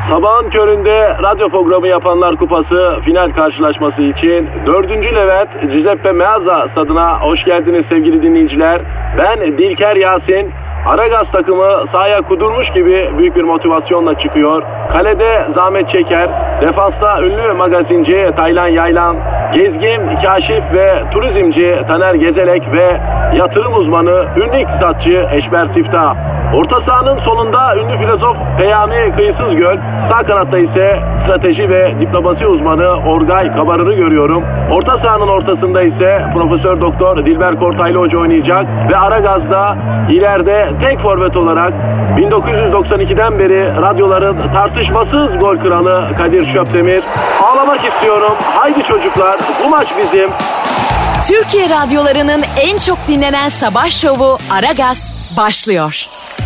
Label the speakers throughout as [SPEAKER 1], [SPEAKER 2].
[SPEAKER 1] Sabahın köründe radyo programı yapanlar kupası final karşılaşması için 4. Levent Giuseppe Meazza stadına hoş geldiniz sevgili dinleyiciler. Ben Dilker Yasin. Aragaz takımı sahaya kudurmuş gibi büyük bir motivasyonla çıkıyor. Kalede Zahmet Çeker, defansta ünlü magazinci Taylan Yaylan, gezgin, kaşif ve turizmci Taner Gezelek ve yatırım uzmanı, ünlü iktisatçı Eşber Siftah. Orta sahanın solunda ünlü filozof Peyami Kıyısızgöl, sağ kanatta ise strateji ve diplomasi uzmanı Orgay Kabarır'ı görüyorum. Orta sahanın ortasında ise Profesör Doktor Dilber Kortaylı Hoca oynayacak ve Aragaz'da ileride tek forvet olarak 1992'den beri radyoların tartışmasız gol kralı Kadir Şöpdemir. Ağlamak istiyorum. Haydi çocuklar, bu maç bizim.
[SPEAKER 2] Türkiye radyolarının en çok dinlenen sabah şovu Aragaz başlıyor.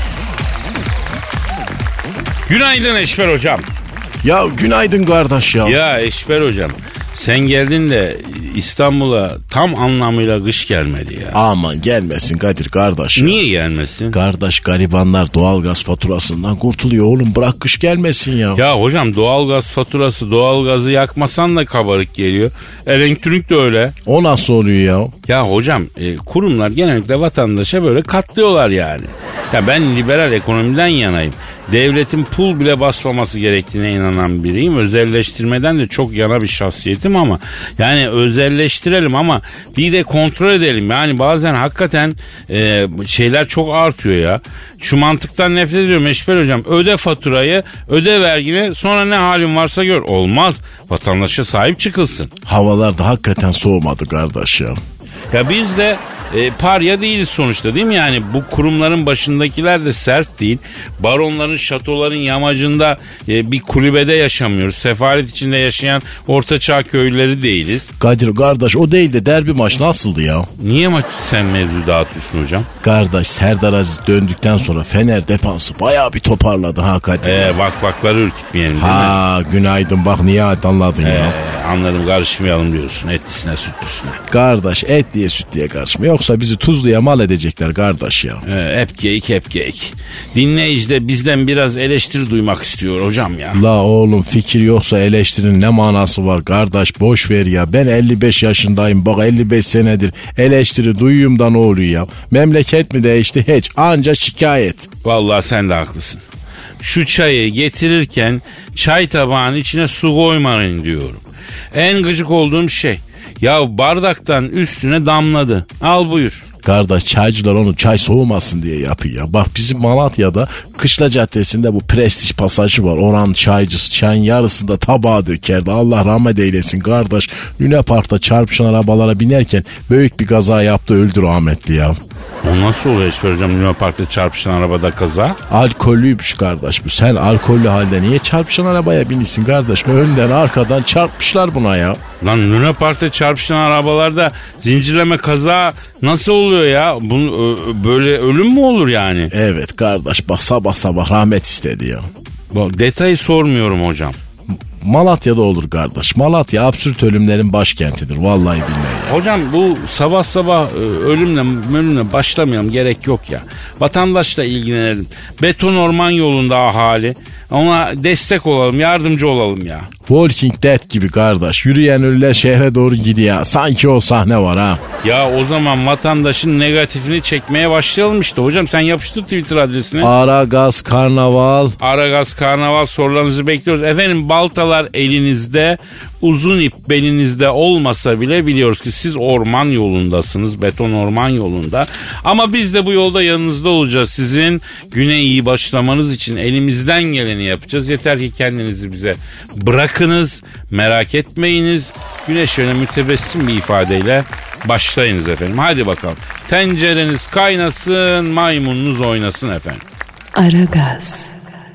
[SPEAKER 3] Günaydın Eşber hocam.
[SPEAKER 4] Ya günaydın kardeş ya.
[SPEAKER 3] Ya Eşber hocam, sen geldin de İstanbul'a tam anlamıyla kış gelmedi ya.
[SPEAKER 4] Aman gelmesin Kadir kardeş ya.
[SPEAKER 3] Niye gelmesin?
[SPEAKER 4] Kardeş garibanlar doğalgaz faturasından kurtuluyor oğlum, bırak kış gelmesin ya.
[SPEAKER 3] Ya hocam doğalgaz faturası, doğalgazı yakmasan da kabarık geliyor. Elektrik de öyle.
[SPEAKER 4] O nasıl oluyor ya?
[SPEAKER 3] Ya hocam kurumlar genellikle vatandaşa böyle katlıyorlar yani. Ya ben liberal ekonomiden yanayım. Devletin pul bile basmaması gerektiğine inanan biriyim. Özelleştirmeden de çok yana bir şahsiyetim ama yani özelleştirelim ama bir de kontrol edelim. Yani bazen hakikaten şeyler çok artıyor ya. Şu mantıktan nefret ediyorum Eşber hocam. Öde faturayı, öde vergini, sonra ne halin varsa gör. Olmaz. Vatandaşa sahip çıkılsın.
[SPEAKER 4] Havalar da hakikaten soğumadı kardeş ya.
[SPEAKER 3] Ya biz de parya değiliz sonuçta, değil mi? Yani bu kurumların başındakiler de sert değil. Baronların, şatoların yamacında bir kulübede yaşamıyoruz. Sefalet içinde yaşayan ortaçağ köylüleri değiliz.
[SPEAKER 4] Kadir kardeş, o değil de derbi maç nasıldı ya?
[SPEAKER 3] Niye maç sen mevzu dağıtıyorsun hocam?
[SPEAKER 4] Kardeş Serdar Aziz döndükten sonra Fener defansı bayağı bir toparladı ha Kadir.
[SPEAKER 3] Vakları ürkütmeyelim değil
[SPEAKER 4] mi? Günaydın, bak niye anladın ya?
[SPEAKER 3] Anladım, karışmayalım diyorsun etlisine sütlüsüne.
[SPEAKER 4] Kardeş et diye süt diye karışma, yoksa bizi tuzluya mal edecekler kardeş ya.
[SPEAKER 3] Hep geyik. Dinleyici de bizden biraz eleştiri duymak istiyor hocam ya.
[SPEAKER 4] La oğlum, fikir yoksa eleştirinin ne manası var kardeş, boş ver ya. Ben 55 yaşındayım bak, 55 senedir eleştiri duyuyorum da ne oluyor ya? Memleket mi değişti? Hiç, anca şikayet.
[SPEAKER 3] Vallahi sen de haklısın. Şu çayı getirirken çay tabağının içine su koymayın diyorum. En gıcık olduğum şey, ya bardaktan üstüne damladı. Al buyur.
[SPEAKER 4] Kardeş çaycılar onu çay soğumasın diye yapıyor ya. Bak bizim Malatya'da Kışla Caddesi'nde bu Prestij pasajı var. Oranın çaycısı çayın yarısında tabağa dökerdi. Allah rahmet eylesin kardeş. Luna Park'ta çarpışan arabalara binerken büyük bir kaza yaptı, öldü rahmetli ya.
[SPEAKER 3] O nasıl oluyor Eşber hocam, Luna Park'ta çarpışan arabada kaza?
[SPEAKER 4] Alkollüymüş kardeş bu. Sen alkollü halde niye çarpışan arabaya binirsin kardeş? Önden arkadan çarpmışlar buna ya.
[SPEAKER 3] Lan Luna Park'ta çarpışan arabalarda zincirleme kaza nasıl oluyor ya? Böyle ölüm mü olur yani?
[SPEAKER 4] Evet kardeş, bak sabah sabah rahmet istedi ya.
[SPEAKER 3] Bak detayı sormuyorum hocam.
[SPEAKER 4] Malatya'da olur kardeş. Malatya absürt ölümlerin başkentidir. Vallahi billahi ya.
[SPEAKER 3] Hocam bu sabah ölümle başlamayalım, gerek yok ya. Vatandaşla ilgilenelim. Beton orman yolunda ahali. Ona destek olalım, yardımcı olalım ya.
[SPEAKER 4] Walking Dead gibi kardeş. Yürüyen ölüler şehre doğru gidiyor. Sanki o sahne var ha.
[SPEAKER 3] Ya o zaman vatandaşın negatifini çekmeye başlayalım işte. Hocam sen yapıştır Twitter adresine.
[SPEAKER 4] Aragaz Karnaval.
[SPEAKER 3] Aragaz Karnaval, sorularınızı bekliyoruz. Efendim baltalar elinizde, uzun ip belinizde olmasa bile biliyoruz ki siz orman yolundasınız. Beton orman yolunda. Ama biz de bu yolda yanınızda olacağız. Sizin güne iyi başlamanız için elimizden geleni yapacağız. Yeter ki kendinizi bize bırakınız. Merak etmeyiniz. Güneş şöyle mütebessim bir ifadeyle başlayınız efendim. Hadi bakalım. Tencereniz kaynasın, maymununuz oynasın efendim.
[SPEAKER 2] Aragaz.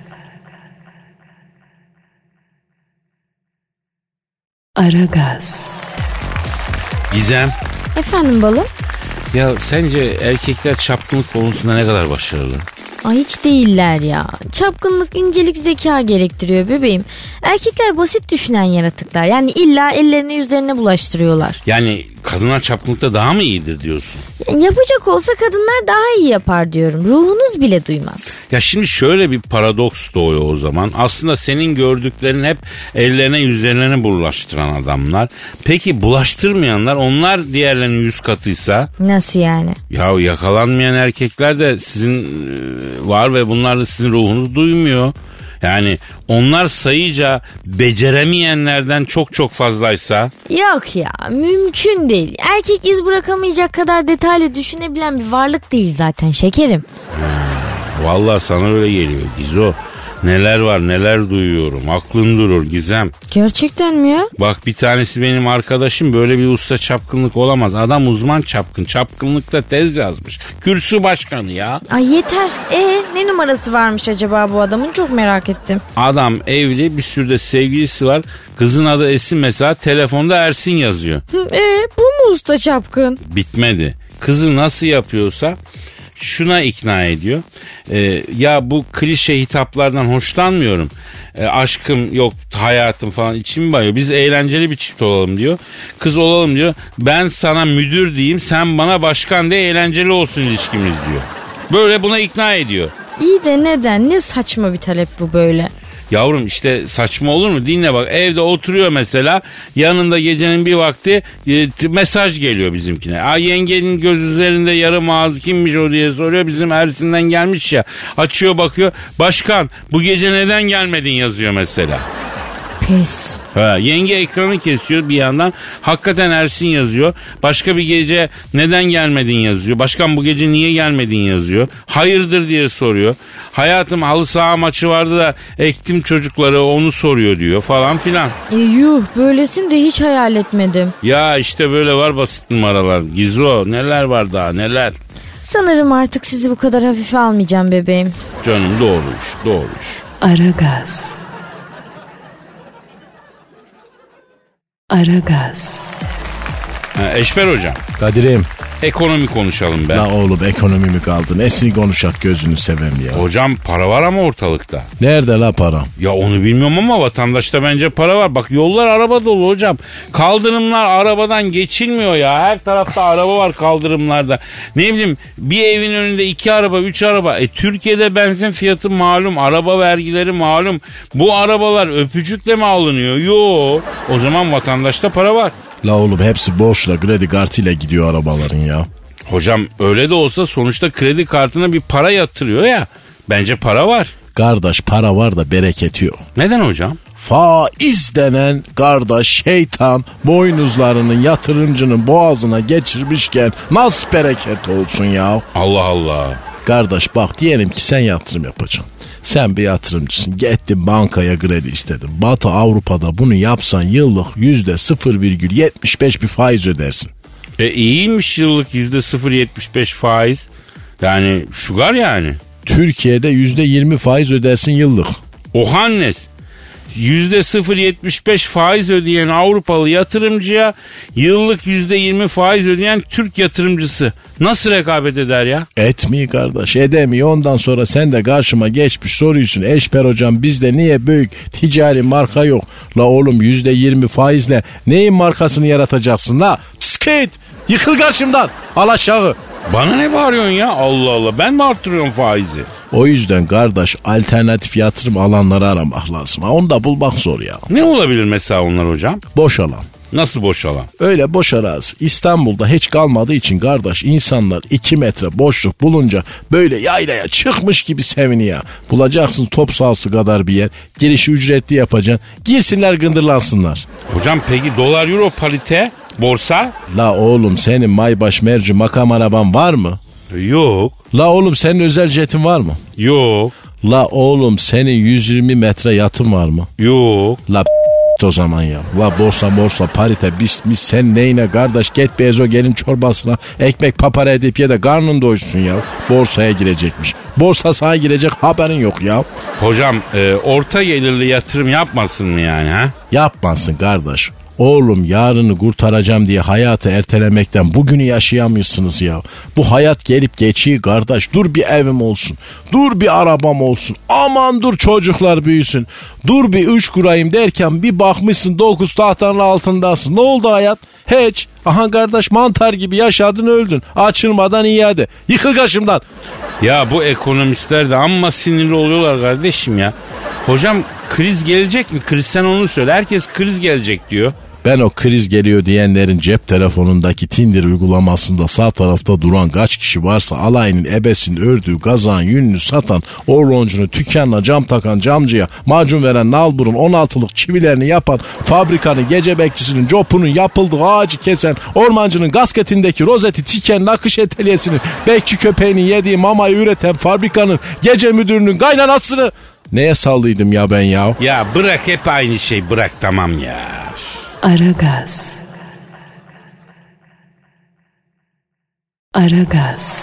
[SPEAKER 2] Aragaz.
[SPEAKER 3] Gizem.
[SPEAKER 2] Efendim balım?
[SPEAKER 3] Ya sence erkekler çapkınlık konusunda ne kadar başarılı?
[SPEAKER 5] Ay hiç değiller ya. Çapkınlık incelik zeka gerektiriyor bebeğim. Erkekler basit düşünen yaratıklar. Yani illa ellerini yüzlerine bulaştırıyorlar.
[SPEAKER 3] Yani kadınlar çapkınlıkta daha mı iyidir diyorsun?
[SPEAKER 5] Yapacak olsa kadınlar daha iyi yapar diyorum. Ruhunuz bile duymaz.
[SPEAKER 3] Ya şimdi şöyle bir paradoks doğuyor o zaman. Aslında senin gördüklerin hep ellerine yüzlerine bulaştıran adamlar. Peki bulaştırmayanlar, onlar diğerlerinin 100 katıysa?
[SPEAKER 5] Nasıl yani?
[SPEAKER 3] Ya yakalanmayan erkekler de sizin var ve bunlar da sizin ruhunuz duymuyor. Yani onlar sayıca beceremeyenlerden çok çok fazlaysa?
[SPEAKER 5] Yok ya, mümkün değil. Erkek iz bırakamayacak kadar detaylı düşünebilen bir varlık değil zaten şekerim.
[SPEAKER 3] Vallahi sana öyle geliyor Gizo. Neler var neler duyuyorum. Aklın durur Gizem.
[SPEAKER 5] Gerçekten mi ya?
[SPEAKER 3] Bak bir tanesi benim arkadaşım, böyle bir usta çapkınlık olamaz. Adam uzman çapkın. Çapkınlıkta tez yazmış. Kürsü başkanı ya.
[SPEAKER 5] Ay yeter. Ne numarası varmış acaba bu adamın, çok merak ettim.
[SPEAKER 3] Adam evli, bir sürü de sevgilisi var. Kızın adı Esin mesela, telefonda Ersin yazıyor.
[SPEAKER 5] Bu mu usta çapkın?
[SPEAKER 3] Bitmedi. Kızı nasıl yapıyorsa şuna ikna ediyor. Ya bu klişe hitaplardan hoşlanmıyorum. Aşkım yok, hayatım falan içim bayıyor. Biz eğlenceli bir çift olalım diyor. Kız olalım diyor. Ben sana müdür diyeyim, sen bana başkan de, eğlenceli olsun ilişkimiz diyor. Böyle buna ikna ediyor.
[SPEAKER 5] İyi de neden? Ne saçma bir talep bu böyle.
[SPEAKER 3] Yavrum işte saçma olur mu? Dinle bak, evde oturuyor mesela, yanında gecenin bir vakti mesaj geliyor bizimkine. Yengenin göz üzerinde yarım ağız, kimmiş o diye soruyor. Bizim Ersin'den gelmiş ya. Açıyor bakıyor. Başkan bu gece neden gelmedin yazıyor mesela.
[SPEAKER 5] Pes.
[SPEAKER 3] Yenge ekranı kesiyor bir yandan. Hakikaten Ersin yazıyor. Başka bir gece neden gelmedin yazıyor. Başkan bu gece niye gelmedin yazıyor. Hayırdır diye soruyor. Hayatım halı saha maçı vardı da ektim çocukları, onu soruyor diyor falan filan.
[SPEAKER 5] Yuh, böylesini de hiç hayal etmedim.
[SPEAKER 3] Ya işte böyle var basit numaralar. Gizo, neler var daha neler.
[SPEAKER 5] Sanırım artık sizi bu kadar hafife almayacağım bebeğim.
[SPEAKER 3] Canım doğruymuş.
[SPEAKER 2] Aragaz.
[SPEAKER 3] Eşber hocam.
[SPEAKER 4] Kadir'im.
[SPEAKER 3] Ekonomi konuşalım be.
[SPEAKER 4] La oğlum, ekonomi mi kaldı? Nesini konuşak gözünü seveyim ya.
[SPEAKER 3] Hocam para var ama ortalıkta.
[SPEAKER 4] Nerede la para?
[SPEAKER 3] Ya onu bilmiyorum ama vatandaşta bence para var. Bak yollar araba dolu hocam. Kaldırımlar arabadan geçilmiyor ya. Her tarafta araba var kaldırımlarda. Ne bileyim, bir evin önünde 2 araba 3 araba. Türkiye'de benzin fiyatı malum. Araba vergileri malum. Bu arabalar öpücükle mi alınıyor? Yok. O zaman vatandaşta para var.
[SPEAKER 4] La oğlum, hepsi borçla, kredi kartıyla gidiyor arabaların ya.
[SPEAKER 3] Hocam öyle de olsa sonuçta kredi kartına bir para yatırıyor ya. Bence para var.
[SPEAKER 4] Kardeş, para var da bereketi yok.
[SPEAKER 3] Neden hocam?
[SPEAKER 4] Faiz denen kardeş şeytan boynuzlarının yatırımcının boğazına geçirmişken nasıl bereket olsun ya?
[SPEAKER 3] Allah Allah.
[SPEAKER 4] Kardeş bak, diyelim ki sen yatırım yapacaksın. Sen bir yatırımcısın. Gittin bankaya kredi istedin. Batı Avrupa'da bunu yapsan yıllık %0,75 bir faiz ödersin.
[SPEAKER 3] İyiymiş yıllık %0,75 faiz. Yani şugar yani.
[SPEAKER 4] Türkiye'de %20 faiz ödersin yıllık.
[SPEAKER 3] Ohannes. %0,75 faiz ödeyen Avrupalı yatırımcıya yıllık %20 faiz ödeyen Türk yatırımcısı nasıl rekabet eder ya?
[SPEAKER 4] Etmiyor kardeş, edemiyor. Ondan sonra sen de karşıma geçmiş soruyorsun. Eşber hocam, bizde niye büyük ticari marka yok? La oğlum, %20 faizle neyin markasını yaratacaksın la? Skate! Yıkıl karşımdan! Al aşağı!
[SPEAKER 3] Bana ne bağırıyorsun ya? Allah Allah, ben mi arttırıyorum faizi?
[SPEAKER 4] O yüzden kardeş, alternatif yatırım alanları aramak lazım. Onu da bulmak zor ya.
[SPEAKER 3] Ne olabilir mesela onlar hocam?
[SPEAKER 4] Boş alan.
[SPEAKER 3] Nasıl boş alan?
[SPEAKER 4] Öyle boş arazi İstanbul'da hiç kalmadığı için kardeş, insanlar 2 metre boşluk bulunca böyle yaylaya çıkmış gibi seviniyor. Bulacaksın top sahası kadar bir yer. Girişi ücretli yapacaksın. Girsinler, gındırlansınlar.
[SPEAKER 3] Hocam peki dolar euro parite, borsa?
[SPEAKER 4] La oğlum, senin Maybaş merci makam araban var mı?
[SPEAKER 3] Yok.
[SPEAKER 4] La oğlum, senin özel jetin var mı?
[SPEAKER 3] Yok.
[SPEAKER 4] La oğlum, senin 120 metre yatın var mı?
[SPEAKER 3] Yok.
[SPEAKER 4] La o zaman ya. La borsa parite biz sen neyine kardeş, git bezo gelin çorbasına ekmek papara edip ye de karnın doysun ya. Borsaya girecekmiş. Borsa sağa girecek, haberin yok ya.
[SPEAKER 3] Hocam orta gelirli yatırım yapmasın mı yani ha?
[SPEAKER 4] Yapmasın kardeş. Oğlum yarını kurtaracağım diye hayatı ertelemekten bugünü yaşayamıyorsunuz ya. Bu hayat gelip geçiyor kardeş. Dur bir evim olsun. Dur bir arabam olsun. Aman dur çocuklar büyüsün. Dur bir 3 kurayım derken bir bakmışsın 9 tahtanın altındasın. Ne oldu hayat? Hiç. Aha kardeş mantar gibi yaşadın öldün. Açılmadan iade. Yıkıl karşımdan.
[SPEAKER 3] Ya bu ekonomistler de amma sinirli oluyorlar kardeşim ya. Hocam kriz gelecek mi? Kriz sen onu söyle. Herkes kriz gelecek diyor.
[SPEAKER 4] Ben o kriz geliyor diyenlerin cep telefonundaki Tinder uygulamasında sağ tarafta duran kaç kişi varsa alayının ebesinin ördüğü gazağın yününü satan, orloncunu tükenle cam takan camcıya, macun veren nalburun 16'lık çivilerini yapan, fabrikanın gece bekçisinin copunun yapıldığı ağacı kesen, ormancının gasketindeki rozeti tiken nakış atölyesinin, bekçi köpeğinin yediği mamayı üreten fabrikanın gece müdürünün kaynanasını... Neye sallıydım ya ben ya?
[SPEAKER 3] Ya bırak hep aynı şey, bırak tamam ya.
[SPEAKER 2] Aragaz. Aragaz.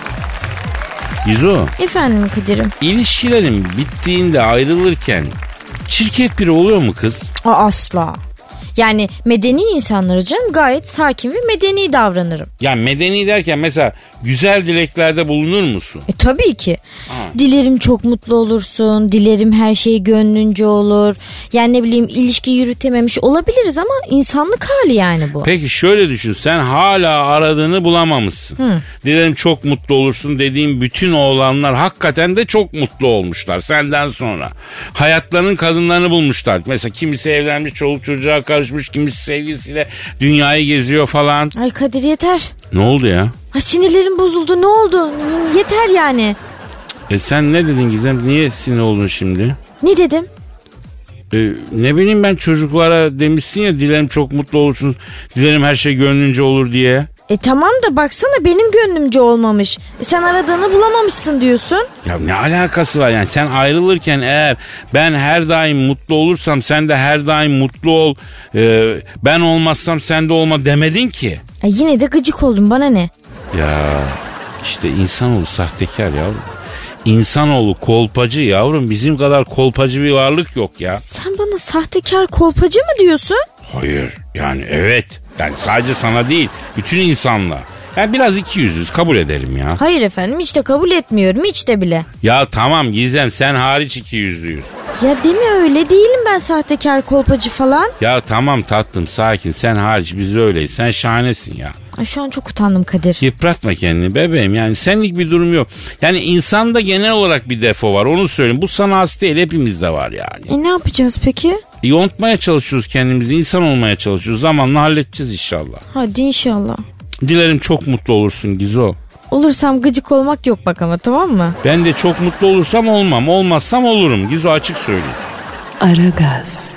[SPEAKER 3] Gizo,
[SPEAKER 5] Efendim Kadir'im.
[SPEAKER 3] ilişkilerin bittiğinde ayrılırken çirkef biri oluyor mu kız?
[SPEAKER 5] Asla. Yani medeni insanlar canım, gayet sakin ve medeni davranırım.
[SPEAKER 3] Ya medeni derken mesela güzel dileklerde bulunur musun?
[SPEAKER 5] Tabii ki. Dilerim çok mutlu olursun. Dilerim her şey gönlünce olur. Yani ne bileyim, ilişki yürütememiş olabiliriz ama insanlık hali yani bu.
[SPEAKER 3] Peki şöyle düşün, sen hala aradığını bulamamışsın. Dilerim çok mutlu olursun dediğim bütün oğlanlar hakikaten de çok mutlu olmuşlar senden sonra. Hayatlarının kadınlarını bulmuşlar. Mesela kimisi evlenmiş, çoluk çocuğa karışmış, kimisi sevgilisiyle dünyayı geziyor falan.
[SPEAKER 5] Ay Kadir yeter.
[SPEAKER 3] Ne oldu ya?
[SPEAKER 5] Ay sinirlerim bozuldu, ne oldu? Yeter yani.
[SPEAKER 3] Sen ne dedin Gizem? Niye sinir oldun şimdi?
[SPEAKER 5] Ne dedim?
[SPEAKER 3] Ne bileyim ben, çocuklara demişsin ya dilerim çok mutlu olursunuz, dilerim her şey gönlünce olur diye.
[SPEAKER 5] Tamam da baksana benim gönlümce olmamış. Sen aradığını bulamamışsın diyorsun.
[SPEAKER 3] Ya ne alakası var yani, sen ayrılırken eğer ben her daim mutlu olursam sen de her daim mutlu ol, ben olmazsam sen de olma demedin ki.
[SPEAKER 5] Yine de gıcık oldum, bana ne?
[SPEAKER 3] Ya işte insanoğlu sahtekar yavrum. İnsanoğlu kolpacı yavrum, bizim kadar kolpacı bir varlık yok ya.
[SPEAKER 5] Sen bana sahtekar, kolpacı mı diyorsun?
[SPEAKER 3] Hayır yani evet, yani sadece sana değil bütün insanlığa. Yani biraz ikiyüzlüyüz, kabul edelim ya.
[SPEAKER 5] Hayır efendim, hiç de kabul etmiyorum, hiç de bile.
[SPEAKER 3] Ya tamam Gizem, sen hariç ikiyüzlüyüz.
[SPEAKER 5] Ya deme öyle, değilim ben sahtekar, kolpacı falan.
[SPEAKER 3] Ya tamam tatlım, sakin, sen hariç biz öyleyiz, sen şahanesin ya.
[SPEAKER 5] Ay şu an çok utandım Kadir.
[SPEAKER 3] Yıpratma kendini bebeğim, yani senlik bir durum yok. Yani insanda genel olarak bir defo var, onu söyleyeyim. Bu sana has değil, hepimizde var yani.
[SPEAKER 5] Ne yapacağız peki?
[SPEAKER 3] Yontmaya çalışıyoruz kendimizi, insan olmaya çalışıyoruz. Zamanla halledeceğiz inşallah.
[SPEAKER 5] Hadi inşallah.
[SPEAKER 3] Dilerim çok mutlu olursun Gizo.
[SPEAKER 5] Olursam gıcık olmak yok bak ama, tamam mı?
[SPEAKER 3] Ben de çok mutlu olursam olmam, olmazsam olurum Gizo, açık söyleyeyim.
[SPEAKER 2] Aragaz.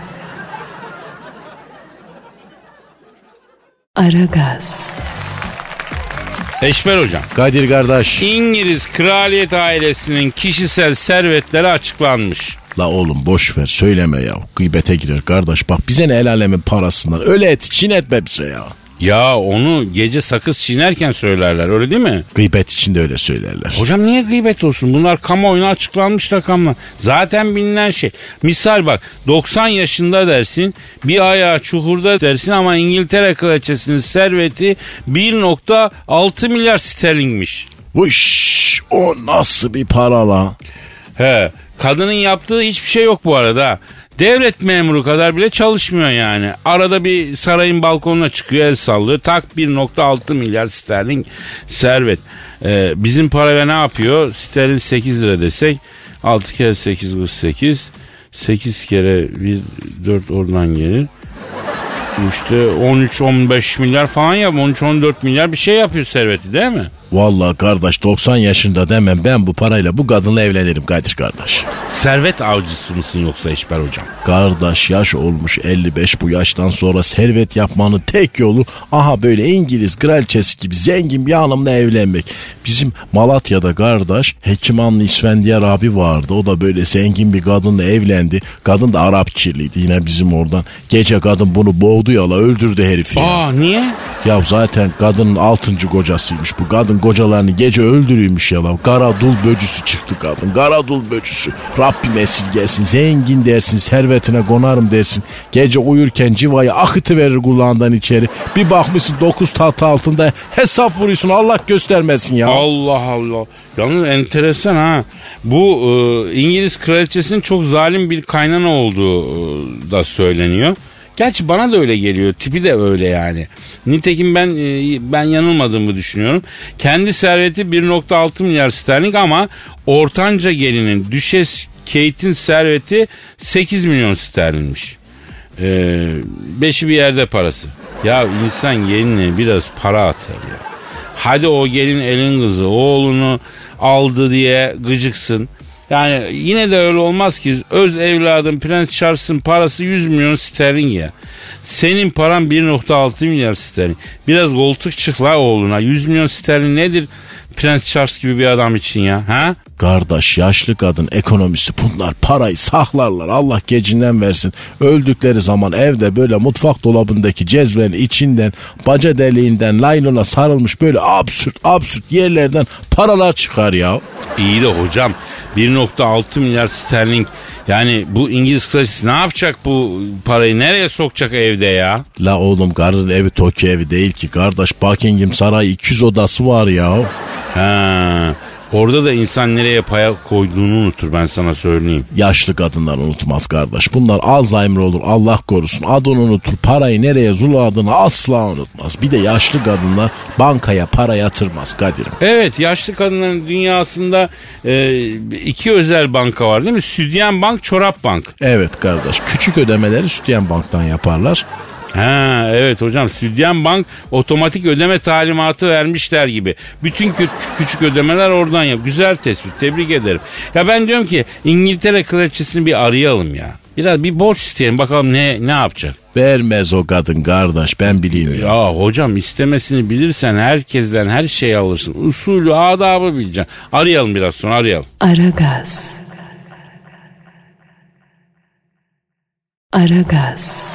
[SPEAKER 2] Aragaz.
[SPEAKER 3] Eşber hocam.
[SPEAKER 4] Kadir kardeş.
[SPEAKER 3] İngiliz kraliyet ailesinin kişisel servetleri açıklanmış.
[SPEAKER 4] La oğlum boş ver söyleme ya. Gıybete girer kardeş. Bak bize ne el alemin parasından. Öyle et çin etme bize ya.
[SPEAKER 3] Ya onu gece sakız çiğnerken söylerler, öyle değil mi?
[SPEAKER 4] Gıybet için de öyle söylerler.
[SPEAKER 3] Hocam niye gıybet olsun? Bunlar kamuoyuna açıklanmış rakamlar. Zaten bilinen şey. Misal bak, 90 yaşında dersin, bir ayağı çukurda dersin ama İngiltere kraliçesinin serveti 1.6 milyar sterlinmiş.
[SPEAKER 4] Vış, o nasıl bir para la?
[SPEAKER 3] He, kadının yaptığı hiçbir şey yok bu arada. Devlet memuru kadar bile çalışmıyor yani. Arada bir sarayın balkonuna çıkıyor, el sallıyor. Tak 1.6 milyar sterlin servet. Bizim parayla ne yapıyor? Sterlin 8 lira desek 6 kere 8 48. 8 kere 1 4 oradan gelir. İşte 13-15 milyar falan yap. 13-14 milyar bir şey yapıyor serveti, değil mi?
[SPEAKER 4] Vallahi kardeş 90 yaşında demem, ben bu parayla bu kadınla evlenirim Kadir kardeş.
[SPEAKER 3] Servet avcısı mısın yoksa Eşber hocam?
[SPEAKER 4] Kardeş yaş olmuş 55, bu yaştan sonra servet yapmanın tek yolu aha böyle İngiliz kraliçesi gibi zengin bir hanımla evlenmek. Bizim Malatya'da kardeş Hekimanlı İsfendiyar abi vardı, o da böyle zengin bir kadınla evlendi. Kadın da Arap kirliydi yine bizim oradan. Gece kadın bunu boğdu yala, öldürdü herifi ya.
[SPEAKER 3] Niye?
[SPEAKER 4] Ya zaten kadının 6. kocasıymış bu. Kadın kocalarını gece öldürüyormuş ya lan. Karadul böcüsü çıktı kadın. Karadul böcüsü. Rabbim esirgesin. Zengin dersin, servetine konarım dersin. Gece uyurken civayı akıtıverir kulağından içeri. Bir bakmışsın 9 tahta altında hesap vuruyorsun. Allah göstermesin ya.
[SPEAKER 3] Allah Allah. Yalnız enteresan ha. Bu İngiliz kraliçesinin çok zalim bir kaynana olduğu da söyleniyor. Gerçi bana da öyle geliyor. Tipi de öyle yani. Nitekim ben yanılmadığımı düşünüyorum. Kendi serveti 1.6 milyar sterlin ama ortanca gelinin Düşes Kate'in serveti 8 milyon sterlinmiş. 5'i bir yerde parası. Ya insan gelinine biraz para atar ya. Hadi o gelin elin kızı oğlunu aldı diye gıcıksın. Yani yine de öyle olmaz ki. Öz evladın Prens Charles'ın parası 100 milyon sterlin ya. Senin paran 1.6 milyar sterlin. Biraz koltuk çık la oğluna. 100 milyon sterlin nedir Prens Charles gibi bir adam için ya? Ha?
[SPEAKER 4] Kardeş yaşlı kadın ekonomisi bunlar parayı saklarlar Allah gecinden versin. Öldükleri zaman evde böyle mutfak dolabındaki cezvenin içinden baca deliğinden laylona sarılmış böyle absürt yerlerden paralar çıkar ya.
[SPEAKER 3] İyi de hocam 1.6 milyar sterlin yani bu İngiliz kraliçesi ne yapacak bu parayı nereye sokacak evde ya?
[SPEAKER 4] La oğlum karının evi Tokyo evi değil ki kardeş Buckingham Sarayı 200 odası var ya.
[SPEAKER 3] Ha, orada da insan nereye paya koyduğunu unutur ben sana söyleyeyim.
[SPEAKER 4] Yaşlı kadınlar unutmaz kardeş. Bunlar Alzheimer olur Allah korusun. Adını unutur parayı nereye zuladığını asla unutmaz. Bir de yaşlı kadınlar bankaya para yatırmaz Kadir'im.
[SPEAKER 3] Evet yaşlı kadınların dünyasında 2 özel banka var değil mi? Südyen Bank, Çorap Bank.
[SPEAKER 4] Evet kardeş küçük ödemeleri Südyen Bank'tan yaparlar.
[SPEAKER 3] Ha evet hocam Südyen Bank otomatik ödeme talimatı vermişler gibi. Bütün küçük ödemeler oradan yap. Güzel tespit tebrik ederim. Ya ben diyorum ki İngiltere kraliçesini bir arayalım ya. Biraz bir borç isteyelim bakalım ne yapacak.
[SPEAKER 4] Vermez o kadın kardeş ben bileyim ya.
[SPEAKER 3] Ya hocam istemesini bilirsen herkesten her şeyi alırsın. Usulü adabı bileceksin. Arayalım biraz sonra arayalım.
[SPEAKER 2] Aragaz. Aragaz.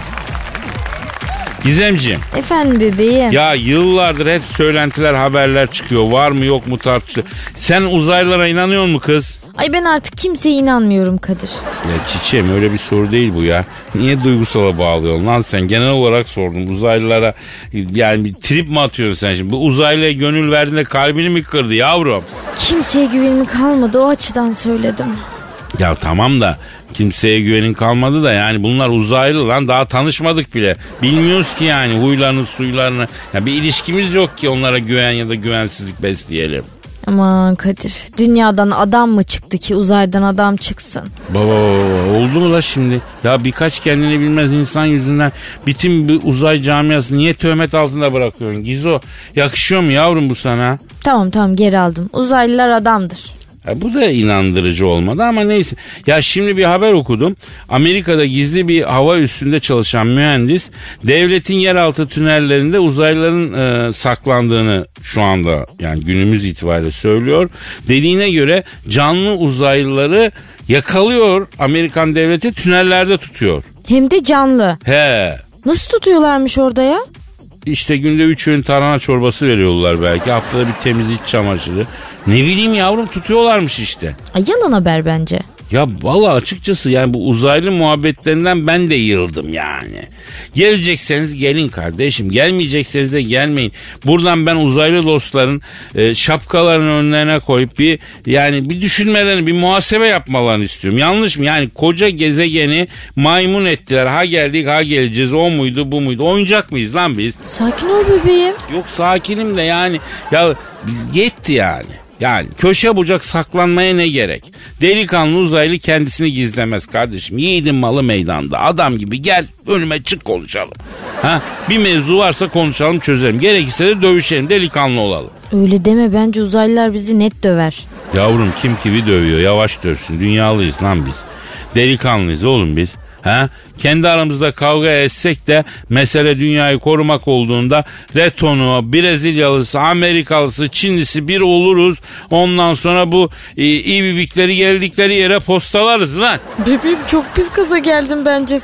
[SPEAKER 3] Gizemciğim.
[SPEAKER 5] Efendim bebeğim.
[SPEAKER 3] Ya yıllardır hep söylentiler haberler çıkıyor. Var mı yok mu tartışılıyor. Sen uzaylılara inanıyor musun kız?
[SPEAKER 5] Ay ben artık kimseye inanmıyorum Kadir.
[SPEAKER 3] Ya çiçeğim öyle bir soru değil bu ya. Niye duygusala bağlıyorsun lan sen? Genel olarak sordum uzaylılara yani bir trip mi atıyorsun sen şimdi? Bu uzaylıya gönül verdiğinde kalbini mi kırdı yavrum?
[SPEAKER 5] Kimseye güvenim kalmadı o açıdan söyledim.
[SPEAKER 3] Ya tamam da kimseye güvenin kalmadı da yani bunlar uzaylı lan daha tanışmadık bile. Bilmiyoruz ki yani huylarını suylarını. Ya bir ilişkimiz yok ki onlara güven ya da güvensizlik besleyelim.
[SPEAKER 5] Aman Kadir dünyadan adam mı çıktı ki uzaydan adam çıksın?
[SPEAKER 3] Baba oldu mu la şimdi? Ya birkaç kendini bilmez insan yüzünden bütün bir uzay camiası niye töhmet altında bırakıyorsun? Gizo yakışıyor mu yavrum bu sana?
[SPEAKER 5] Tamam geri aldım uzaylılar adamdır.
[SPEAKER 3] Ya bu da inandırıcı olmadı ama neyse. Ya şimdi bir haber okudum. Amerika'da gizli bir hava üssünde çalışan mühendis devletin yeraltı tünellerinde uzaylıların saklandığını şu anda yani günümüz itibariyle söylüyor. Dediğine göre canlı uzaylıları yakalıyor Amerikan devleti tünellerde tutuyor.
[SPEAKER 5] Hem de canlı.
[SPEAKER 3] He.
[SPEAKER 5] Nasıl tutuyorlarmış orada ya?
[SPEAKER 3] İşte günde 3 öğün tarhana çorbası veriyorlar belki. Haftada bir temiz iç çamaşırı. Ne bileyim yavrum tutuyorlarmış işte.
[SPEAKER 5] Ay yalan haber bence.
[SPEAKER 3] Ya vallahi açıkçası yani bu uzaylı muhabbetlerinden ben de yıldım yani. Gelecekseniz gelin kardeşim. Gelmeyecekseniz de gelmeyin. Buradan ben uzaylı dostların şapkalarını önlerine koyup bir düşünmelerini, bir muhasebe yapmalarını istiyorum. Yanlış mı? Yani koca gezegeni maymun ettiler. Ha geldik ha geleceğiz. O muydu bu muydu? Oyuncak mıyız lan biz?
[SPEAKER 5] Sakin ol bebeğim.
[SPEAKER 3] Yok sakinim de yani. Ya yetti yani. Yani köşe bucak saklanmaya ne gerek? Delikanlı uzaylı kendisini gizlemez kardeşim. Yiğidin malı meydanda. Adam gibi gel önüme çık konuşalım. Ha? Bir mevzu varsa konuşalım çözelim. Gerekirse de dövüşelim delikanlı olalım.
[SPEAKER 5] Öyle deme bence uzaylılar bizi net döver.
[SPEAKER 3] Yavrum kim kimi dövüyor yavaş dövsün. Dünyalıyız lan biz. Delikanlıyız oğlum biz. Ha? Kendi aramızda kavga etsek de mesele dünyayı korumak olduğunda Retonu, Brezilyalısı, Amerikalısı, Çinlisi bir oluruz. Ondan sonra bu ibibikleri geldikleri yere postalarız lan.
[SPEAKER 5] Bebeğim çok pis gaza geldin bence sen.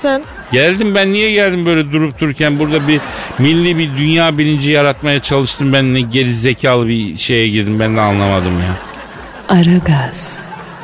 [SPEAKER 3] Geldim ben, niye geldim böyle durup dururken? Burada bir milli bir dünya bilinci yaratmaya çalıştım. Ben ne geri zekalı bir şeye girdim, ben de anlamadım ya.
[SPEAKER 2] Aragaz.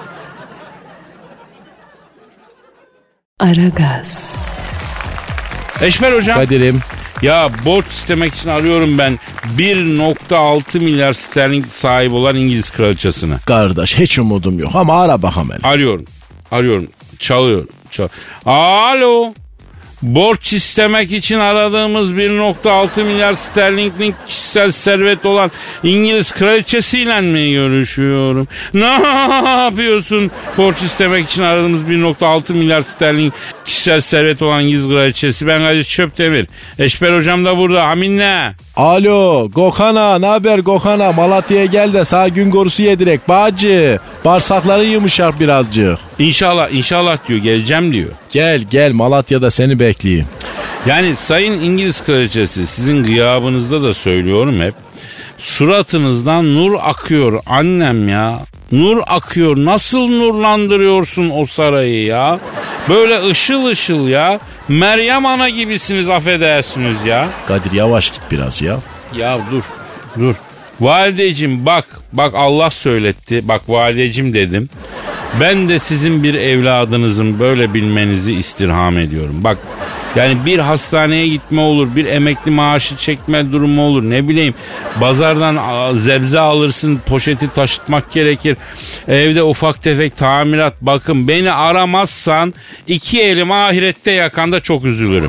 [SPEAKER 2] Aragaz.
[SPEAKER 3] Eşmer hocam.
[SPEAKER 4] Kadir'im.
[SPEAKER 3] Ya borç istemek için arıyorum ben 1.6 milyar sterlin sahibi olan İngiliz kraliçesini.
[SPEAKER 4] Kardeş hiç umudum yok ama ara bakalım hele.
[SPEAKER 3] Arıyorum. Çalıyor. Alo. Borç istemek için aradığımız 1.6 milyar sterlinlik kişisel servet olan İngiliz kraliçesiyle mi görüşüyorum? Ne yapıyorsun? Borç istemek için aradığımız 1.6 milyar sterlin kişisel servet olan İngiliz kraliçesi. Ben Kadir Çöptemir. Eşber hocam da burada. Aminle.
[SPEAKER 4] Alo Gökhan'a, ne haber Gökhan'a? Malatya'ya gel de sağ gün gorusu yedirek bacı. Bağırsakları yumuşar birazcık.
[SPEAKER 3] İnşallah diyor, geleceğim diyor.
[SPEAKER 4] Gel Malatya'da seni bekleyeyim.
[SPEAKER 3] Yani sayın İngiliz kraliçesi, sizin gıyabınızda da söylüyorum hep. Suratınızdan nur akıyor annem ya. Nur akıyor. Nasıl nurlandırıyorsun o sarayı ya? Böyle ışıl ışıl ya. Meryem Ana gibisiniz, affedersiniz ya.
[SPEAKER 4] Kadir yavaş git biraz ya.
[SPEAKER 3] Ya dur. Valideciğim bak Allah söyletti. Bak valideciğim dedim. Ben de sizin bir evladınızım, böyle bilmenizi istirham ediyorum. Bak yani bir hastaneye gitme olur, bir emekli maaşı çekme durumu olur, ne bileyim pazardan zebze alırsın, poşeti taşıtmak gerekir. Evde ufak tefek tamirat, bakım, beni aramazsan iki elim ahirette yakanda çok üzülürüm.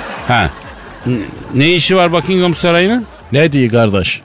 [SPEAKER 3] Ne işi var Buckingham Sarayı'nın?
[SPEAKER 4] Ne diyor kardeş?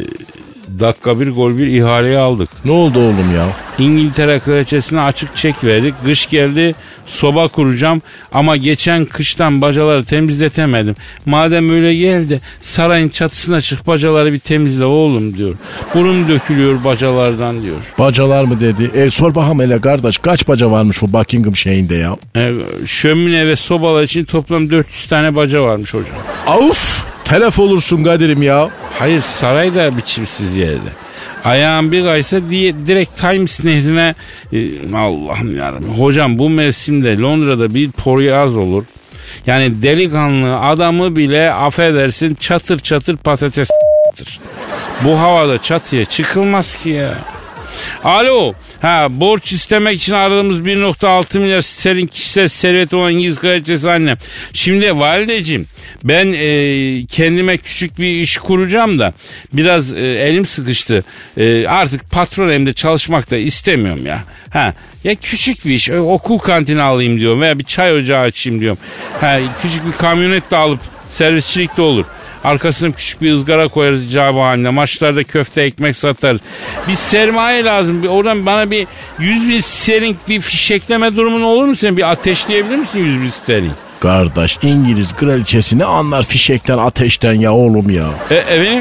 [SPEAKER 3] Dakika bir gol bir ihaleyi aldık.
[SPEAKER 4] Ne oldu oğlum ya?
[SPEAKER 3] İngiltere kraliçesine açık çek verdik. Kış geldi, soba kuracağım ama geçen kıştan bacaları temizletemedim. Madem öyle geldi, sarayın çatısına çık, bacaları bir temizle oğlum diyor. Burun dökülüyor bacalardan diyor.
[SPEAKER 4] Bacalar mı dedi? Sor bakalım hele kardeş, kaç baca varmış bu Buckingham şeyinde ya?
[SPEAKER 3] Şömine ve sobalar için toplam 400 tane baca varmış hocam.
[SPEAKER 4] Of! Telef olursun Kadir'im ya.
[SPEAKER 3] Hayır, saray da biçimsiz yerde. Ayağım bir kaysa direkt Times nehrine Allah'ım yarabbim. Hocam bu mevsimde Londra'da bir poryaz olur. Yani delikanlı adamı bile affedersin çatır çatır patates s**tır. Bu havada çatıya çıkılmaz ki ya. Alo. Borç istemek için aradığımız 1.6 milyar sterlin kişisel servet olan İngiliz kraliçesi annem. Şimdi valideciğim, ben kendime küçük bir iş kuracağım da biraz elim sıkıştı. Artık patron elimde çalışmak da istemiyorum ya. Ya küçük bir iş, okul kantini alayım diyorum veya bir çay ocağı açayım diyorum. Küçük bir kamyonet de alıp servisçilik de olur. Arkasına küçük bir ızgara koyarız icabı haline. Maçlarda köfte ekmek satarız. Bir sermaye lazım. Oradan bana bir 100 bin sterlin bir fişekleme durumun olur mu senin? Bir ateşleyebilir misin 100 bin sterlin?
[SPEAKER 4] Kardeş, İngiliz kraliçesi ne anlar fişekten, ateşten ya oğlum ya.
[SPEAKER 3] Efendim?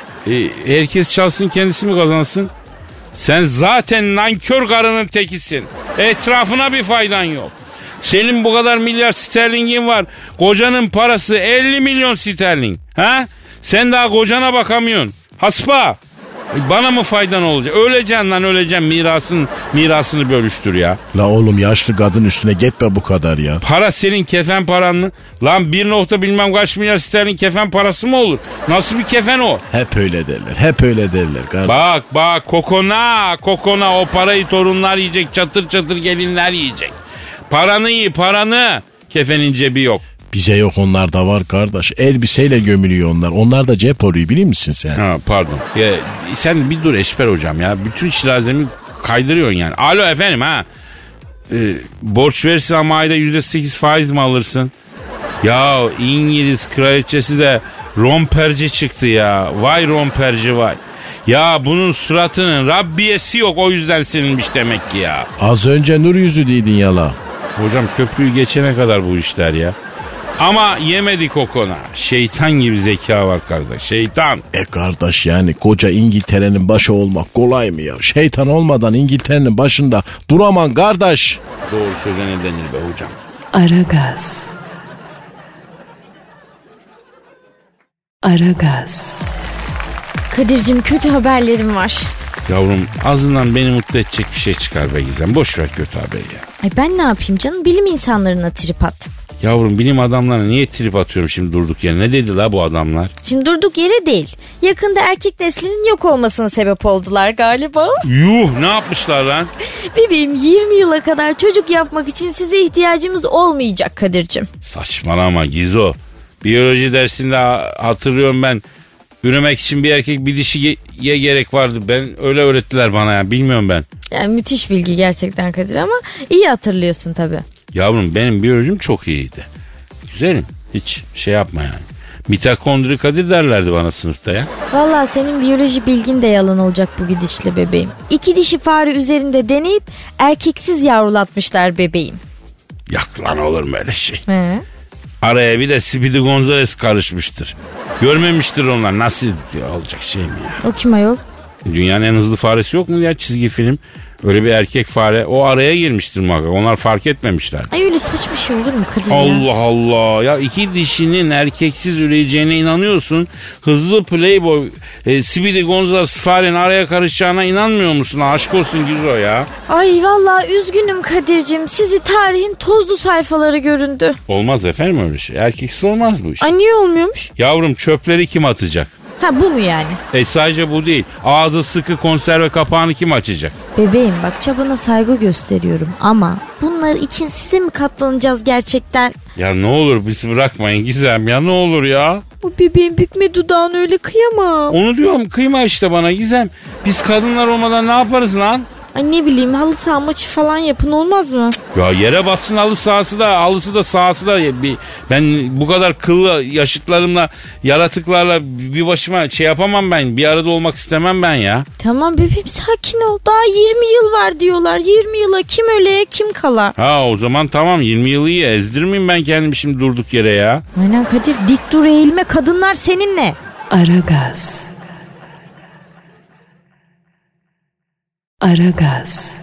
[SPEAKER 3] Herkes çalsın, kendisi mi kazansın? Sen zaten nankör karının tekisin. Etrafına bir faydan yok. Senin bu kadar milyar sterlingin var. Kocanın parası 50 milyon sterlin. Sen daha kocana bakamıyorsun. Haspa. Bana mı faydan olacak? Öleceksin lan, öleceksin. Mirasını bölüştür ya.
[SPEAKER 4] La oğlum, yaşlı kadın üstüne gitme bu kadar ya.
[SPEAKER 3] Para senin kefen paran mı? Lan 1 bilmem kaç milyar sterlin kefen parası mı olur? Nasıl bir kefen o?
[SPEAKER 4] Hep öyle derler. Kardeş.
[SPEAKER 3] Bak kokona o parayı torunlar yiyecek, çatır çatır gelinler yiyecek. Paranı iyi, paranı. Kefenin cebi yok.
[SPEAKER 4] Bize yok, onlar da var kardeş. Elbiseyle gömülüyor onlar. Onlar da cep oluyor, biliyor musun sen?
[SPEAKER 3] Pardon. Sen bir dur Eşber hocam ya. Bütün şirazemi kaydırıyorsun yani. Alo efendim borç verirsin ama ayda %8 faiz mi alırsın? Ya İngiliz kraliçesi de romperci çıktı ya. Vay romperci vay. Ya bunun suratının Rabbiyesi yok, o yüzden silinmiş demek ki ya.
[SPEAKER 4] Az önce nur yüzü dedin yala.
[SPEAKER 3] Hocam köprüyü geçene kadar bu işler ya. Ama yemedik o konu. Şeytan gibi zeka var kardeş, şeytan.
[SPEAKER 4] Kardeş, yani koca İngiltere'nin başı olmak kolay mı ya? Şeytan olmadan İngiltere'nin başında duraman kardeş.
[SPEAKER 3] Doğru söze ne denir be hocam?
[SPEAKER 2] Aragaz.
[SPEAKER 5] Kadir'cim, kötü haberlerim var.
[SPEAKER 3] Yavrum, ağzından beni mutlu edecek bir şey çıkar be Gizem. Boş ver kötü haberi ya.
[SPEAKER 5] Ben ne yapayım canım? Bilim insanlarına trip at.
[SPEAKER 3] Yavrum bilim adamlarına niye trip atıyorum şimdi durduk yere? Ne dedi la bu adamlar?
[SPEAKER 5] Şimdi durduk yere değil. Yakında erkek neslinin yok olmasına sebep oldular galiba.
[SPEAKER 3] Yuh, ne yapmışlar lan?
[SPEAKER 5] Bebeğim 20 yıla kadar çocuk yapmak için size ihtiyacımız olmayacak Kadir'cim.
[SPEAKER 3] Saçmalama Gizo. Biyoloji dersinde hatırlıyorum ben. Üremek için bir erkek bir dişiye gerek vardı. Ben öyle öğrettiler bana ya. Bilmiyorum ben.
[SPEAKER 5] Yani müthiş bilgi gerçekten Kadir ama iyi hatırlıyorsun tabii.
[SPEAKER 3] Yavrum benim biyolojim çok iyiydi. Güzelim. Hiç şey yapma yani. Mitokondri Kadir derlerdi bana sınıfta ya.
[SPEAKER 5] Vallahi senin biyoloji bilgin de yalan olacak bu gidişle bebeğim. 2 dişi fare üzerinde deneyip erkeksiz yavrulatmışlar bebeğim.
[SPEAKER 3] Yak lan olur mu öyle şey?
[SPEAKER 5] He.
[SPEAKER 3] Araya bir de Speedy Gonzales karışmıştır. Görmemiştir onlar. Nasıl olacak şey mi ya?
[SPEAKER 5] O kim ayol?
[SPEAKER 3] Dünyanın en hızlı faresi yok mu ya çizgi film? Öyle bir erkek fare o araya girmiştir muhakkak. Onlar fark etmemişler.
[SPEAKER 5] Ay öyle saçma şey olur mu Kadir ya?
[SPEAKER 3] Allah Allah. Ya 2 dişinin erkeksiz üreyeceğine inanıyorsun. Hızlı playboy Speedy Gonzales farenin araya karışacağına inanmıyor musun? Aşk olsun Gizo ya.
[SPEAKER 5] Ay vallahi üzgünüm Kadir'cim. Sizi tarihin tozlu sayfaları göründü.
[SPEAKER 3] Olmaz efendim öyle şey. Erkeksiz olmaz bu iş.
[SPEAKER 5] Ay niye olmuyormuş?
[SPEAKER 3] Yavrum çöpleri kim atacak?
[SPEAKER 5] Ha bu mu yani?
[SPEAKER 3] Sadece bu değil. Ağzı sıkı konserve kapağını kim açacak?
[SPEAKER 5] Bebeğim bak çabana saygı gösteriyorum ama bunlar için size mi katlanacağız gerçekten?
[SPEAKER 3] Ya ne olur bizi bırakmayın Gizem ya ne olur ya.
[SPEAKER 5] O bebeğin bükme dudağını öyle kıyamam.
[SPEAKER 3] Onu diyorum kıyma işte bana Gizem. Biz kadınlar olmadan ne yaparız lan?
[SPEAKER 5] Ay ne bileyim halı saha maçı falan yapın olmaz mı?
[SPEAKER 3] Ya yere bassın halı sahası da halısı da sahası da. Ben bu kadar kıllı yaşıtlarımla yaratıklarla bir başıma şey yapamam ben. Bir arada olmak istemem ben ya.
[SPEAKER 5] Tamam bebeğim sakin ol. Daha 20 yıl var diyorlar. 20 yıla kim öleye kim kala.
[SPEAKER 3] Ha o zaman tamam 20 yılı iyi ezdirmeyeyim ben kendimi şimdi durduk yere ya.
[SPEAKER 5] Aynen Kadir dik dur eğilme kadınlar seninle.
[SPEAKER 2] Aragaz. Aragaz.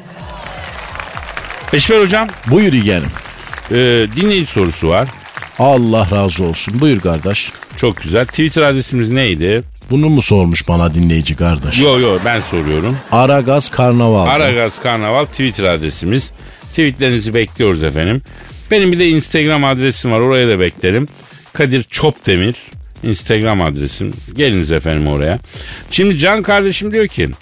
[SPEAKER 3] Eşber hocam.
[SPEAKER 4] Buyur yeğenim.
[SPEAKER 3] Dinleyici sorusu var.
[SPEAKER 4] Allah razı olsun. Buyur kardeş.
[SPEAKER 3] Çok güzel. Twitter adresimiz neydi?
[SPEAKER 4] Bunu mu sormuş bana dinleyici kardeş?
[SPEAKER 3] Yo ben soruyorum.
[SPEAKER 4] Aragaz Karnaval.
[SPEAKER 3] Aragaz Karnaval Twitter adresimiz. Tweetlerinizi bekliyoruz efendim. Benim bir de Instagram adresim var. Oraya da beklerim. Kadir Çopdemir Instagram adresim. Geliniz efendim oraya. Şimdi Can kardeşim diyor ki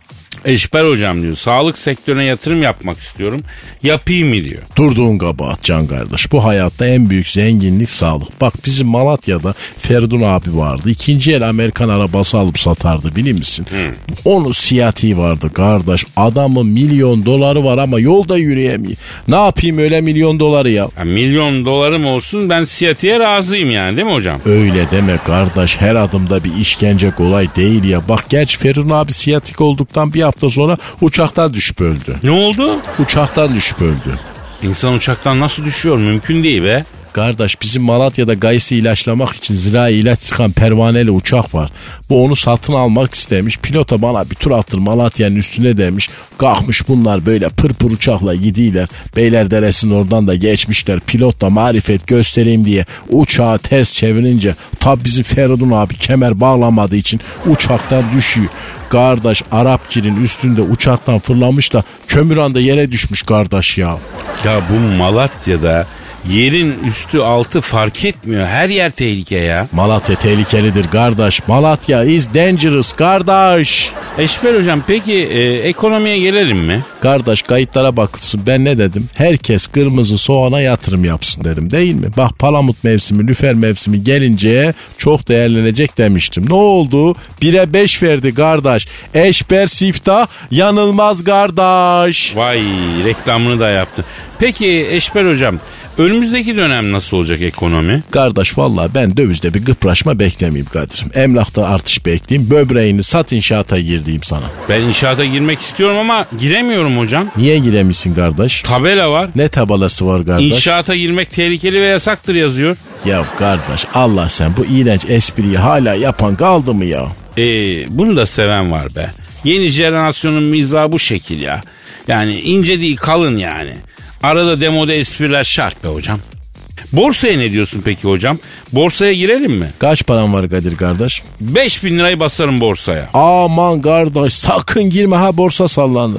[SPEAKER 3] Eşber hocam diyor sağlık sektörüne yatırım yapmak istiyorum. Yapayım mı diyor.
[SPEAKER 4] Durduğun kabahat Can kardeş. Bu hayatta en büyük zenginlik sağlık. Bak bizim Malatya'da Feridun abi vardı. 2. el Amerikan arabası alıp satardı bilir misin? Onun siyatiği vardı kardeş. Adamın $1.000.000 var ama yolda yürüyemiyor. Ne yapayım öyle $1.000.000 ya?
[SPEAKER 3] $1.000.000 olsun ben siyatiğe razıyım yani değil mi hocam?
[SPEAKER 4] Öyle deme kardeş. Her adımda bir işkence kolay değil ya. Bak geç Feridun abi siyatik olduktan bir hafta sonra uçaktan düşüp öldü.
[SPEAKER 3] Ne oldu?
[SPEAKER 4] Uçaktan düşüp öldü.
[SPEAKER 3] İnsan uçaktan nasıl düşüyor? Mümkün değil be.
[SPEAKER 4] Kardeş bizim Malatya'da gayısı ilaçlamak için zirai ilaç sıkan pervaneli uçak var. Bu onu satın almak istemiş. Pilota bana bir tur attır Malatya'nın üstüne demiş. Kalkmış bunlar böyle pırpır uçakla gidiyorlar. Beylerdere'sinin oradan da geçmişler. Pilot da marifet göstereyim diye uçağı ters çevirince tabi bizim Feridun abi kemer bağlamadığı için uçaktan düşüyor. Kardeş Arapgir'in üstünde uçaktan fırlamış da kömüranda yere düşmüş kardeş ya.
[SPEAKER 3] Ya bu Malatya'da yerin üstü altı fark etmiyor. Her yer tehlike ya.
[SPEAKER 4] Malatya tehlikelidir kardeş. Malatya is dangerous kardeş.
[SPEAKER 3] Eşber hocam peki ekonomiye gelelim mi?
[SPEAKER 4] Kardeş kayıtlara bakılsın ben ne dedim? Herkes kırmızı soğana yatırım yapsın dedim değil mi? Bak palamut mevsimi, lüfer mevsimi gelince çok değerlenecek demiştim. Ne oldu? 1'e 5 verdi kardeş. Eşber siftah yanılmaz kardeş.
[SPEAKER 3] Vay reklamını da yaptı. Peki Eşber hocam önümüzdeki dönem nasıl olacak ekonomi?
[SPEAKER 4] Kardeş vallahi ben dövizde bir gıpraşma beklemeyeyim Kadir'im. Emlakta artış bekleyeyim. Böbreğini sat inşaata gir diyeyim sana.
[SPEAKER 3] Ben inşaata girmek istiyorum ama giremiyorum hocam.
[SPEAKER 4] Niye giremiyorsun kardeş?
[SPEAKER 3] Tabela var.
[SPEAKER 4] Ne tabelası var kardeş?
[SPEAKER 3] İnşaata girmek tehlikeli ve yasaktır yazıyor.
[SPEAKER 4] Ya kardeş Allah sen bu iğrenç espriyi hala yapan kaldı mı ya?
[SPEAKER 3] Bunu da seven var be. Yeni jenerasyonun mizahı bu şekil ya. Yani ince değil kalın yani. Arada demode espriler şart be hocam. Borsaya ne diyorsun peki hocam? Borsaya girelim mi?
[SPEAKER 4] Kaç paran var Kadir kardeş?
[SPEAKER 3] 5.000 lirayı basarım borsaya.
[SPEAKER 4] Aman kardeş sakın girme ha borsa sallanır.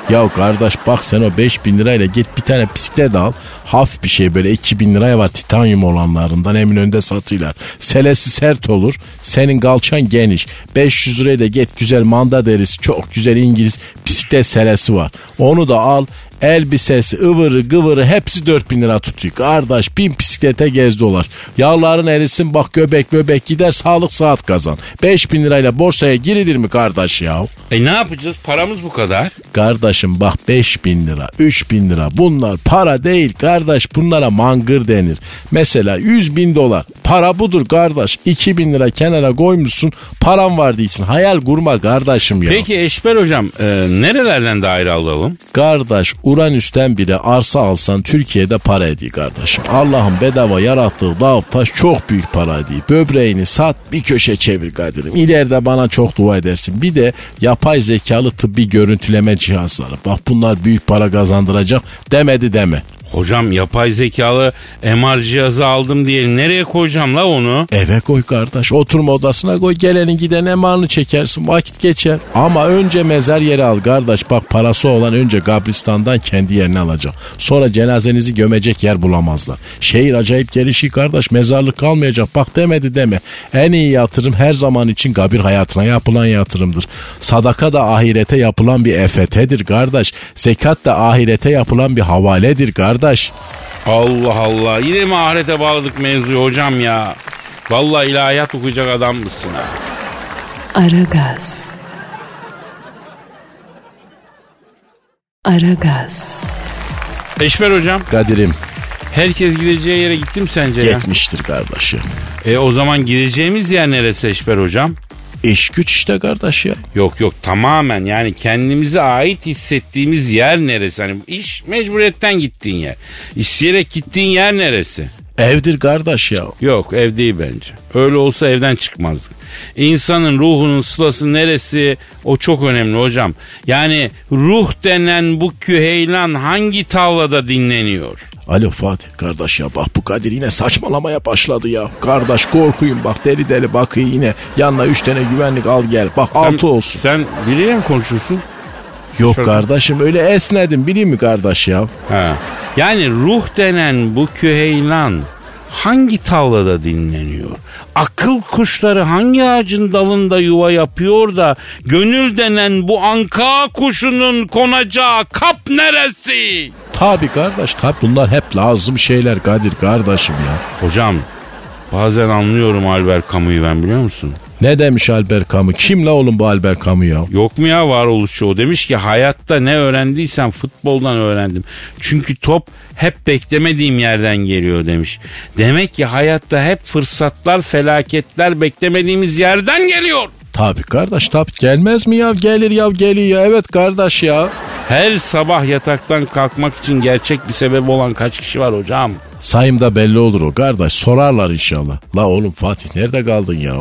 [SPEAKER 4] Ya kardeş bak sen o 5.000 lirayla git bir tane bisiklet al. Hafif bir şey böyle 2.000 liraya var titanyum olanlarından Eminönü'nde satıyorlar. Selesi sert olur. Senin kalçan geniş. 500 liraya da git güzel manda derisi çok güzel İngiliz bisiklet selesi var. Onu da al. Elbisesi, ıvırı, gıvırı hepsi 4.000 lira tutuyor. Kardeş 1000 bisiklete gez dolar. Yağların erisin bak göbek gider sağlık saat kazan. 5.000 lirayla borsaya girilir mi kardeş ya?
[SPEAKER 3] Ne yapacağız? Paramız bu kadar.
[SPEAKER 4] Kardeşim bak 5.000 lira, 3.000 lira bunlar para değil kardeş. Bunlara mangır denir. Mesela 100.000 dolar. Para budur kardeş. 2.000 lira kenara koymuşsun. Param var değilsin. Hayal kurma kardeşim ya.
[SPEAKER 3] Peki Eşber hocam nerelerden daire alalım?
[SPEAKER 4] Kardeş Uranüs'ten bile arsa alsan Türkiye'de para ediyor kardeşim. Allah'ın bedava yarattığı dağ taş çok büyük para ediyor. Böbreğini sat bir köşe çevir Kadir'im. İleride bana çok dua edersin. Bir de yapay zekalı tıbbi görüntüleme cihazları. Bak bunlar büyük para kazandıracak demedi deme.
[SPEAKER 3] Hocam yapay zekalı MR cihazı aldım diyelim. Nereye koyacağım la onu?
[SPEAKER 4] Eve koy kardeş. Oturma odasına koy. Gelenin giden MR'ını çekersin. Vakit geçer. Ama önce mezar yeri al kardeş. Bak parası olan önce kabristandan kendi yerini alacak. Sonra cenazenizi gömecek yer bulamazlar. Şehir acayip gelişiyor kardeş. Mezarlık kalmayacak. Bak demedi deme. En iyi yatırım her zaman için kabir hayatına yapılan yatırımdır. Sadaka da ahirete yapılan bir EFT'dir kardeş. Zekat da ahirete yapılan bir havaledir kardeş.
[SPEAKER 3] Allah Allah. Yine mi ahirete bağladık mevzuyu hocam ya? Vallahi ilahiyat okuyacak adam mısın ha?
[SPEAKER 6] Aragaz. Aragaz.
[SPEAKER 3] Eşber hocam.
[SPEAKER 4] Kadir'im.
[SPEAKER 3] Herkes gideceği yere gitti mi sence ya?
[SPEAKER 4] Gitmiştir kardeşim.
[SPEAKER 3] O zaman gideceğimiz yer neresi Eşber hocam?
[SPEAKER 4] İş güç işte kardeş ya.
[SPEAKER 3] Yok tamamen yani kendimize ait hissettiğimiz yer neresi? Hani iş mecburiyetten gittiğin yer. İsteyerek gittiğin yer neresi?
[SPEAKER 4] Evdir kardeş ya.
[SPEAKER 3] Yok ev değil bence. Öyle olsa evden çıkmazdık. İnsanın ruhunun sılası neresi o çok önemli hocam. Yani ruh denen bu küheylan hangi tavlada dinleniyor?
[SPEAKER 4] Alo Fatih kardeş ya bak bu Kadir yine saçmalamaya başladı ya. Kardeş korkuyum bak deli bakıyor yine. Yanına 3 tane güvenlik al gel bak 6 olsun.
[SPEAKER 3] Sen biriyle mi konuşuyorsun?
[SPEAKER 4] Yok kardeşim öyle esnedim bileyim mi kardeş ya?
[SPEAKER 3] Ha. Yani ruh denen bu küheylan hangi tavlada dinleniyor? Akıl kuşları hangi ağacın dalında yuva yapıyor da gönül denen bu anka kuşunun konacağı kap neresi?
[SPEAKER 4] Tabii kardeş tabii bunlar hep lazım şeyler Kadir kardeşim ya.
[SPEAKER 3] Hocam bazen anlıyorum Albert Camus'u ben biliyor musun?
[SPEAKER 4] Ne demiş Albert Camus? Kim la oğlum bu Albert Camus ya?
[SPEAKER 3] Yok mu ya varoluşçu o demiş ki hayatta ne öğrendiysem futboldan öğrendim. Çünkü top hep beklemediğim yerden geliyor demiş. Demek ki hayatta hep fırsatlar felaketler beklemediğimiz yerden geliyor.
[SPEAKER 4] Tabii kardeş tabii gelmez mi ya gelir ya geliyor evet kardeş ya.
[SPEAKER 3] Her sabah yataktan kalkmak için gerçek bir sebep olan kaç kişi var hocam?
[SPEAKER 4] Sayımda belli olur o kardeş sorarlar inşallah. La oğlum Fatih nerede kaldın ya?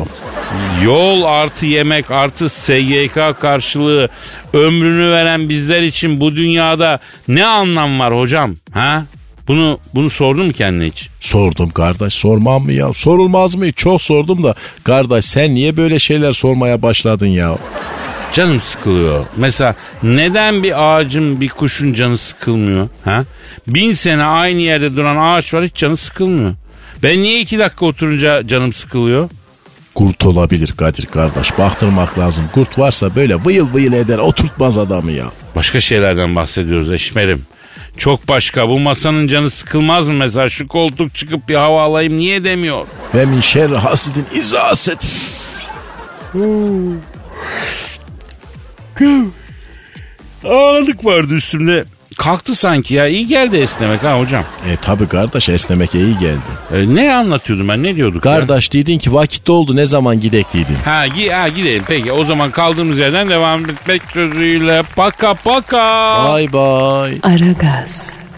[SPEAKER 3] Yol artı yemek artı SGK karşılığı ömrünü veren bizler için bu dünyada ne anlam var hocam? Ha? Bunu sordun mu kendine hiç?
[SPEAKER 4] Sordum kardeş sormam mı ya? Sorulmaz mı? Çok sordum da kardeş sen niye böyle şeyler sormaya başladın ya?
[SPEAKER 3] Canım sıkılıyor. Mesela neden bir ağacın bir kuşun canı sıkılmıyor? Ha? 1000 sene aynı yerde duran ağaç var hiç canı sıkılmıyor. Ben niye 2 dakika oturunca canım sıkılıyor?
[SPEAKER 4] Kurt olabilir Kadir kardeş baktırmak lazım. Kurt varsa böyle vıyıl eder oturtmaz adamı ya.
[SPEAKER 3] Başka şeylerden bahsediyoruz Eşmerim. Çok başka. Bu masanın canı sıkılmaz mı mesela? Şu koltuk çıkıp bir hava alayım niye demiyor?
[SPEAKER 4] Ve min şerri hasidin izaset.
[SPEAKER 3] Ağırlık vardı üstümde. Kalktı sanki ya. İyi geldi esnemek ha hocam.
[SPEAKER 4] Tabi kardeş esnemek iyi geldi.
[SPEAKER 3] Ne anlatıyordum ben ne diyorduk
[SPEAKER 4] kardeş ya? Dedin ki vakit doldu ne zaman gidek dedin.
[SPEAKER 3] Gidelim peki o zaman kaldığımız yerden devam etmek sözüyle paka.
[SPEAKER 4] Bye bye.
[SPEAKER 6] Aragaz.